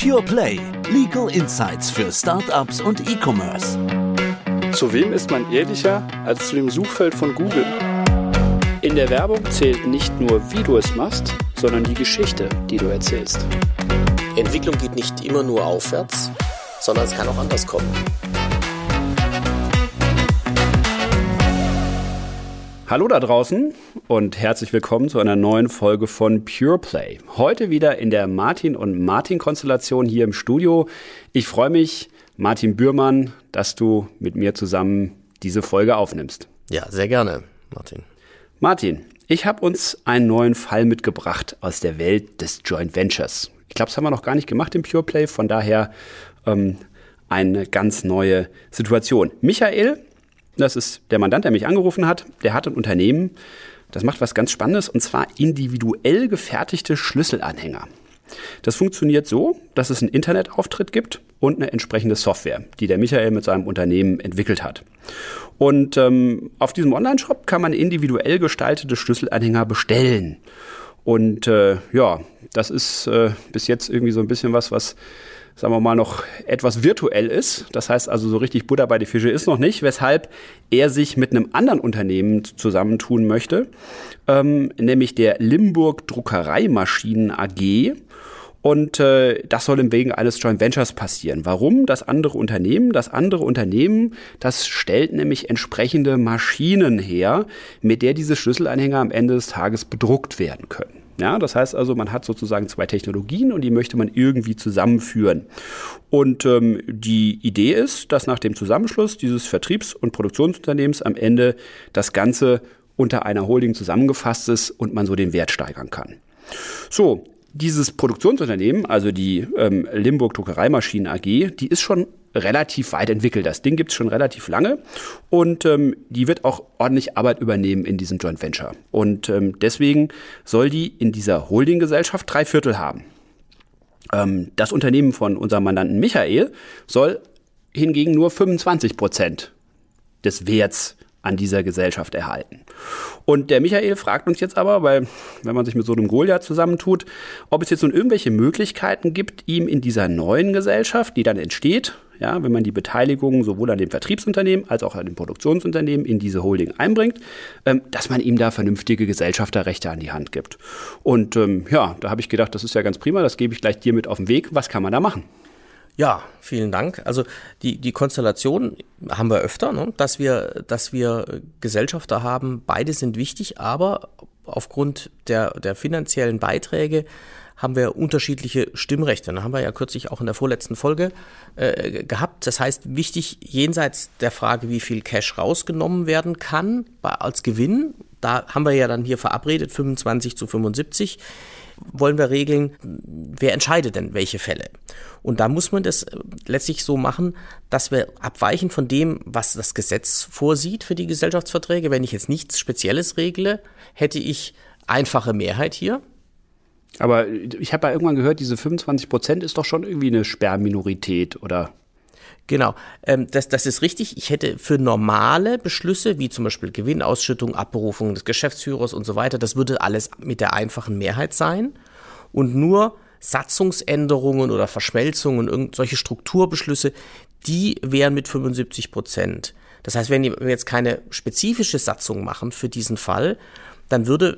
Pure Play – Legal Insights für Startups und E-Commerce. Zu wem ist man ehrlicher als zu dem Suchfeld von Google? In der Werbung zählt nicht nur, wie du es machst, sondern die Geschichte, die du erzählst. Entwicklung geht nicht immer nur aufwärts, sondern es kann auch anders kommen. Hallo da draußen und herzlich willkommen zu einer neuen Folge von Pure Play. Heute wieder in der Martin und Martin-Konstellation hier im Studio. Ich freue mich, Martin Bührmann, dass du mit mir zusammen diese Folge aufnimmst. Ja, sehr gerne, Martin. Martin, ich habe uns einen neuen Fall mitgebracht aus der Welt des Joint Ventures. Ich glaube, das haben wir noch gar nicht gemacht im Pure Play, von daher eine ganz neue Situation. Michael, das ist der Mandant, der mich angerufen hat, der hat ein Unternehmen, das macht was ganz Spannendes, und zwar individuell gefertigte Schlüsselanhänger. Das funktioniert so, dass es einen Internetauftritt gibt und eine entsprechende Software, die der Michael mit seinem Unternehmen entwickelt hat. Und auf diesem Online-Shop kann man individuell gestaltete Schlüsselanhänger bestellen. Und das ist bis jetzt irgendwie so ein bisschen was, sagen wir mal, noch etwas virtuell ist. Das heißt also, so richtig Butter bei die Fische ist noch nicht, weshalb er sich mit einem anderen Unternehmen zusammentun möchte, nämlich der Limburg Druckereimaschinen AG. Und das soll im Wegen eines Joint Ventures passieren. Warum? Das andere Unternehmen, das stellt nämlich entsprechende Maschinen her, mit der diese Schlüsselanhänger am Ende des Tages bedruckt werden können. Ja, das heißt also, man hat sozusagen zwei Technologien und die möchte man irgendwie zusammenführen. Und die Idee ist, dass nach dem Zusammenschluss dieses Vertriebs- und Produktionsunternehmens am Ende das Ganze unter einer Holding zusammengefasst ist und man so den Wert steigern kann. So, dieses Produktionsunternehmen, also die Limburg Druckereimaschinen AG, die ist schon relativ weit entwickelt. Das Ding gibt es schon relativ lange und die wird auch ordentlich Arbeit übernehmen in diesem Joint Venture. Und deswegen soll die in dieser Holdinggesellschaft 3/4 haben. Das Unternehmen von unserem Mandanten Michael soll hingegen nur 25% des Werts an dieser Gesellschaft erhalten. Und der Michael fragt uns jetzt aber, weil wenn man sich mit so einem Goliath zusammentut, ob es jetzt nun irgendwelche Möglichkeiten gibt, ihm in dieser neuen Gesellschaft, die dann entsteht, ja, wenn man die Beteiligung sowohl an dem Vertriebsunternehmen als auch an dem Produktionsunternehmen in diese Holding einbringt, dass man ihm da vernünftige Gesellschafterrechte an die Hand gibt. Und da habe ich gedacht, das ist ja ganz prima, das gebe ich gleich dir mit auf den Weg. Was kann man da machen? Ja, vielen Dank. Also die Konstellation haben wir öfter, ne? dass wir Gesellschafter haben. Beide sind wichtig, aber aufgrund der finanziellen Beiträge haben wir unterschiedliche Stimmrechte. Da haben wir ja kürzlich auch in der vorletzten Folge gehabt. Das heißt, wichtig jenseits der Frage, wie viel Cash rausgenommen werden kann als Gewinn, da haben wir ja dann hier verabredet, 25:75, wollen wir regeln, wer entscheidet denn welche Fälle. Und da muss man das letztlich so machen, dass wir abweichen von dem, was das Gesetz vorsieht für die Gesellschaftsverträge. Wenn ich jetzt nichts Spezielles regle, hätte ich einfache Mehrheit hier. Aber ich habe ja irgendwann gehört, diese 25% ist doch schon irgendwie eine Sperrminorität, oder? Genau, das ist richtig. Ich hätte für normale Beschlüsse, wie zum Beispiel Gewinnausschüttung, Abberufung des Geschäftsführers und so weiter, das würde alles mit der einfachen Mehrheit sein. Und nur Satzungsänderungen oder Verschmelzungen, solche Strukturbeschlüsse, die wären mit 75%. Das heißt, wenn wir jetzt keine spezifische Satzung machen für diesen Fall, dann würden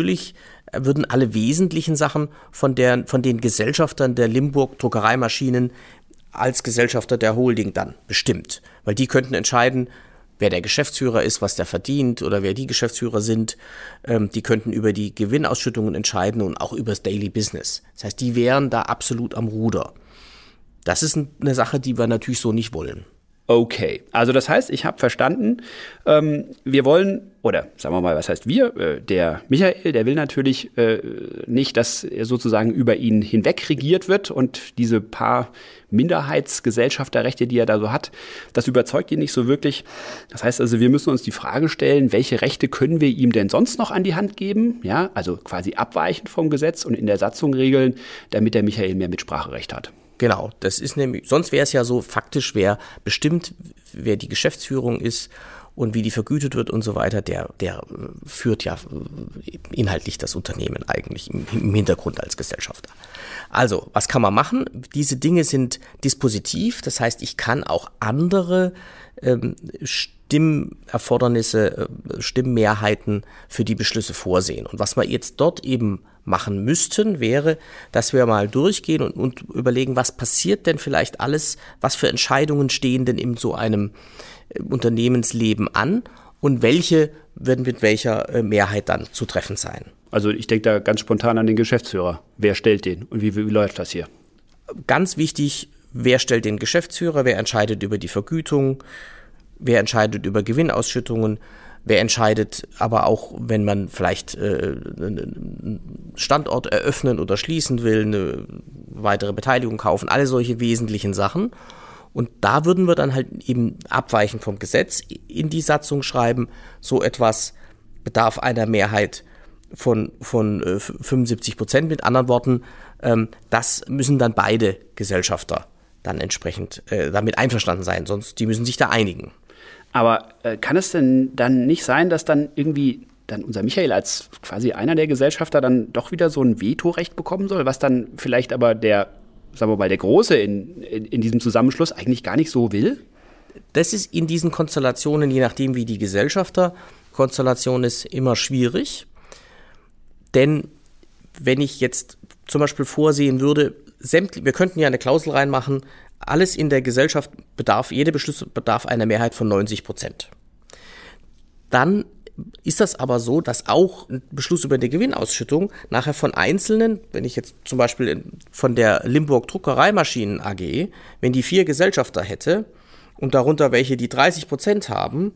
alle wesentlichen Sachen von den Gesellschaftern der Limburg Druckereimaschinen als Gesellschafter der Holding dann bestimmt. Weil die könnten entscheiden, wer der Geschäftsführer ist, was der verdient oder wer die Geschäftsführer sind. Die könnten über die Gewinnausschüttungen entscheiden und auch über das Daily Business. Das heißt, die wären da absolut am Ruder. Das ist eine Sache, die wir natürlich so nicht wollen. Okay, also das heißt, ich habe verstanden, wir wollen, oder sagen wir mal, was heißt wir? Der Michael, der will natürlich nicht, dass er sozusagen über ihn hinweg regiert wird und diese paar Minderheitsgesellschafterrechte, die er da so hat, das überzeugt ihn nicht so wirklich. Das heißt also, wir müssen uns die Frage stellen, welche Rechte können wir ihm denn sonst noch an die Hand geben? Ja, also quasi abweichend vom Gesetz und in der Satzung regeln, damit der Michael mehr Mitspracherecht hat. Genau, das ist nämlich, sonst wäre es ja so faktisch, wer bestimmt, wer die Geschäftsführung ist und wie die vergütet wird und so weiter, der führt ja inhaltlich das Unternehmen eigentlich im Hintergrund als Gesellschafter. Also, was kann man machen? Diese Dinge sind dispositiv, das heißt, ich kann auch andere Stimmerfordernisse, Stimmmehrheiten für die Beschlüsse vorsehen. Und was wir jetzt dort eben machen müssten, wäre, dass wir mal durchgehen und überlegen, was passiert denn vielleicht alles, was für Entscheidungen stehen denn in so einem Unternehmensleben an und welche werden mit welcher Mehrheit dann zu treffen sein. Also ich denke da ganz spontan an den Geschäftsführer. Wer stellt den und wie läuft das hier? Ganz wichtig, wer stellt den Geschäftsführer, wer entscheidet über die Vergütung, wer entscheidet über Gewinnausschüttungen, wer entscheidet aber auch, wenn man vielleicht einen Standort eröffnen oder schließen will, eine weitere Beteiligung kaufen, alle solche wesentlichen Sachen. Und da würden wir dann halt eben abweichend vom Gesetz in die Satzung schreiben, so etwas bedarf einer Mehrheit von 75%. Mit anderen Worten, das müssen dann beide Gesellschafter dann entsprechend damit einverstanden sein, sonst die müssen sich da einigen. Aber kann es denn dann nicht sein, dass dann irgendwie dann unser Michael als quasi einer der Gesellschafter dann doch wieder so ein Vetorecht bekommen soll, was dann vielleicht aber der Große in diesem Zusammenschluss eigentlich gar nicht so will? Das ist in diesen Konstellationen, je nachdem wie die Gesellschafterkonstellation ist, immer schwierig. Denn wenn ich jetzt zum Beispiel vorsehen würde, wir könnten ja eine Klausel reinmachen, alles in der Gesellschaft jede Beschluss bedarf einer Mehrheit von 90%. Dann ist das aber so, dass auch ein Beschluss über die Gewinnausschüttung nachher von Einzelnen, wenn ich jetzt zum Beispiel von der Limburg Druckereimaschinen AG, wenn die 4 Gesellschafter hätte und darunter welche, die 30% haben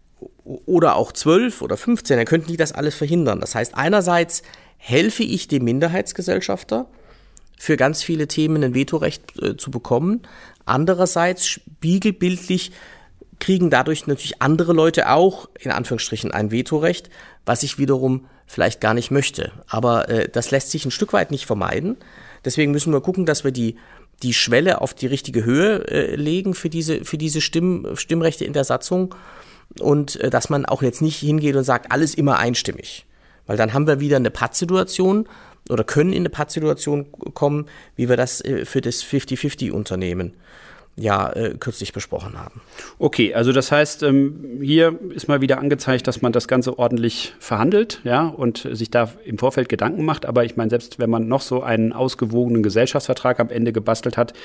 oder auch 12 oder 15, dann könnten die das alles verhindern. Das heißt, einerseits helfe ich dem Minderheitsgesellschafter, für ganz viele Themen ein Vetorecht zu bekommen. Andererseits spiegelbildlich kriegen dadurch natürlich andere Leute auch, in Anführungsstrichen, ein Vetorecht, was ich wiederum vielleicht gar nicht möchte. Aber das lässt sich ein Stück weit nicht vermeiden. Deswegen müssen wir gucken, dass wir die Schwelle auf die richtige Höhe legen für diese Stimmrechte in der Satzung und dass man auch jetzt nicht hingeht und sagt, alles immer einstimmig. Weil dann haben wir wieder eine Pattsituation oder können in eine Pattsituation kommen, wie wir das für das 50-50-Unternehmen kürzlich besprochen haben. Okay, also das heißt, hier ist mal wieder angezeigt, dass man das Ganze ordentlich verhandelt, ja, und sich da im Vorfeld Gedanken macht. Aber ich meine, selbst wenn man noch so einen ausgewogenen Gesellschaftsvertrag am Ende gebastelt hat,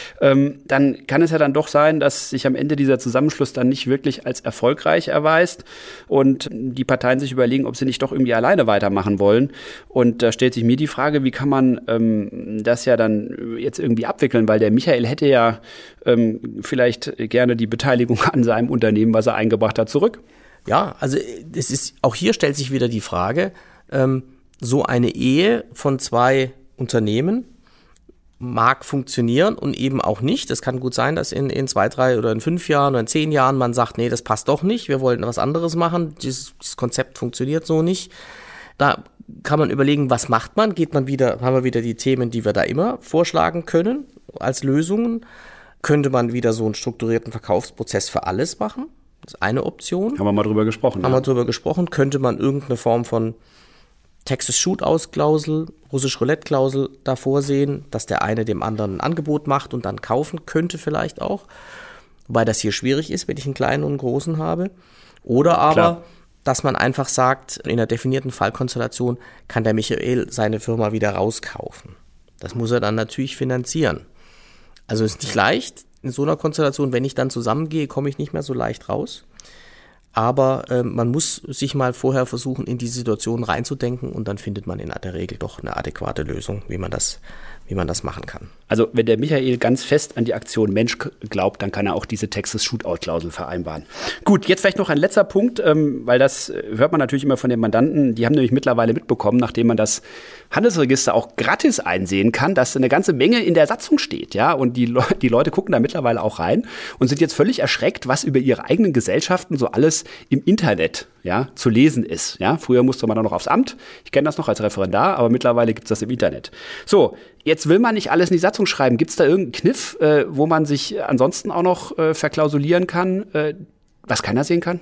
dann kann es ja dann doch sein, dass sich am Ende dieser Zusammenschluss dann nicht wirklich als erfolgreich erweist und die Parteien sich überlegen, ob sie nicht doch irgendwie alleine weitermachen wollen. Und da stellt sich mir die Frage, wie kann man das ja dann jetzt irgendwie abwickeln, weil der Michael hätte ja vielleicht gerne die Beteiligung an seinem Unternehmen, was er eingebracht hat, zurück? Ja, also auch hier stellt sich wieder die Frage, so eine Ehe von 2 Unternehmen mag funktionieren und eben auch nicht. Es kann gut sein, dass in 2, 3 oder in 5 Jahren oder in 10 Jahren man sagt, nee, das passt doch nicht, wir wollten was anderes machen, dieses Konzept funktioniert so nicht. Da kann man überlegen, was macht man? Haben wir wieder die Themen, die wir da immer vorschlagen können als Lösungen. Könnte man wieder so einen strukturierten Verkaufsprozess für alles machen? Das ist eine Option. Haben wir mal drüber gesprochen. Könnte man irgendeine Form von Texas-Shootout-Klausel, Russisch-Roulette-Klausel da vorsehen, dass der eine dem anderen ein Angebot macht und dann kaufen könnte vielleicht auch. Wobei das hier schwierig ist, wenn ich einen kleinen und einen großen habe. Oder aber, dass man einfach sagt, in einer definierten Fallkonstellation kann der Michael seine Firma wieder rauskaufen. Das muss er dann natürlich finanzieren. Also ist nicht leicht in so einer Konstellation, wenn ich dann zusammengehe, komme ich nicht mehr so leicht raus. Aber man muss sich mal vorher versuchen, in die Situation reinzudenken und dann findet man in der Regel doch eine adäquate Lösung, wie man das machen kann. Also wenn der Michael ganz fest an die Aktion Mensch glaubt, dann kann er auch diese Texas-Shootout-Klausel vereinbaren. Gut, jetzt vielleicht noch ein letzter Punkt, weil das hört man natürlich immer von den Mandanten. Die haben nämlich mittlerweile mitbekommen, nachdem man das Handelsregister auch gratis einsehen kann, dass eine ganze Menge in der Satzung steht. Ja, und die Leute gucken da mittlerweile auch rein und sind jetzt völlig erschreckt, was über ihre eigenen Gesellschaften so alles im Internet zu lesen ist. Ja, früher musste man da noch aufs Amt. Ich kenne das noch als Referendar, aber mittlerweile gibt es das im Internet. So, jetzt will man nicht alles in die Satzung schreiben. Gibt es da irgendeinen Kniff, wo man sich ansonsten auch noch verklausulieren kann, was keiner sehen kann?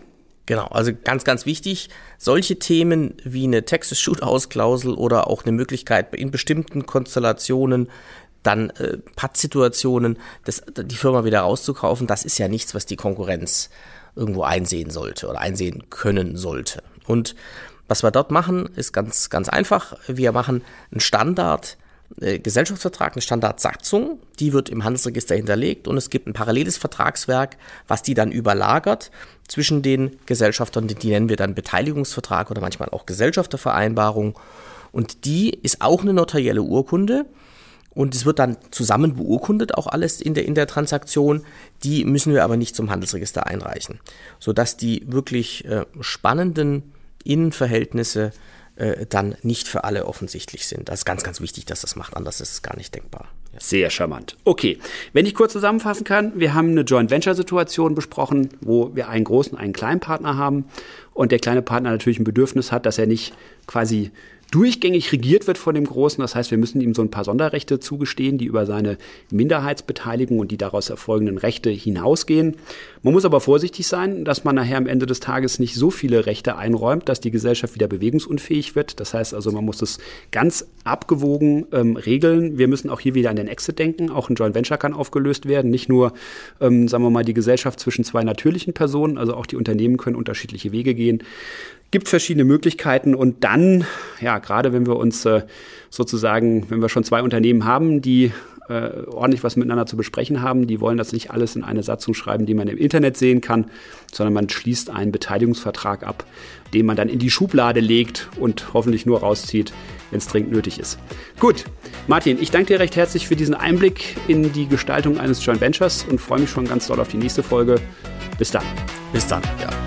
Genau, also ganz, ganz wichtig, solche Themen wie eine Texas-Shoot-House-Klausel oder auch eine Möglichkeit in bestimmten Konstellationen dann Pattsituationen, die Firma wieder rauszukaufen, das ist ja nichts, was die Konkurrenz irgendwo einsehen sollte oder einsehen können sollte. Und was wir dort machen, ist ganz, ganz einfach. Wir machen einen Gesellschaftsvertrag, eine Standardsatzung, die wird im Handelsregister hinterlegt und es gibt ein paralleles Vertragswerk, was die dann überlagert zwischen den Gesellschaftern, die nennen wir dann Beteiligungsvertrag oder manchmal auch Gesellschaftervereinbarung und die ist auch eine notarielle Urkunde und es wird dann zusammen beurkundet, auch alles in der Transaktion, die müssen wir aber nicht zum Handelsregister einreichen, sodass die wirklich spannenden Innenverhältnisse dann nicht für alle offensichtlich sind. Das ist ganz, ganz wichtig, dass das macht, anders ist es gar nicht denkbar. Ja. Sehr charmant. Okay, wenn ich kurz zusammenfassen kann, wir haben eine Joint-Venture-Situation besprochen, wo wir einen großen, einen kleinen Partner haben und der kleine Partner natürlich ein Bedürfnis hat, dass er nicht quasi durchgängig regiert wird von dem Großen. Das heißt, wir müssen ihm so ein paar Sonderrechte zugestehen, die über seine Minderheitsbeteiligung und die daraus erfolgenden Rechte hinausgehen. Man muss aber vorsichtig sein, dass man nachher am Ende des Tages nicht so viele Rechte einräumt, dass die Gesellschaft wieder bewegungsunfähig wird. Das heißt also, man muss es ganz abgewogen regeln. Wir müssen auch hier wieder an den Exit denken. Auch ein Joint Venture kann aufgelöst werden. Nicht nur, sagen wir mal, die Gesellschaft zwischen zwei natürlichen Personen, also auch die Unternehmen können unterschiedliche Wege gehen. Gibt verschiedene Möglichkeiten und dann, ja, gerade wenn wir uns wenn wir schon zwei Unternehmen haben, die ordentlich was miteinander zu besprechen haben, die wollen das nicht alles in eine Satzung schreiben, die man im Internet sehen kann, sondern man schließt einen Beteiligungsvertrag ab, den man dann in die Schublade legt und hoffentlich nur rauszieht, wenn es dringend nötig ist. Gut, Martin, ich danke dir recht herzlich für diesen Einblick in die Gestaltung eines Joint Ventures und freue mich schon ganz doll auf die nächste Folge. Bis dann. Bis dann, ja.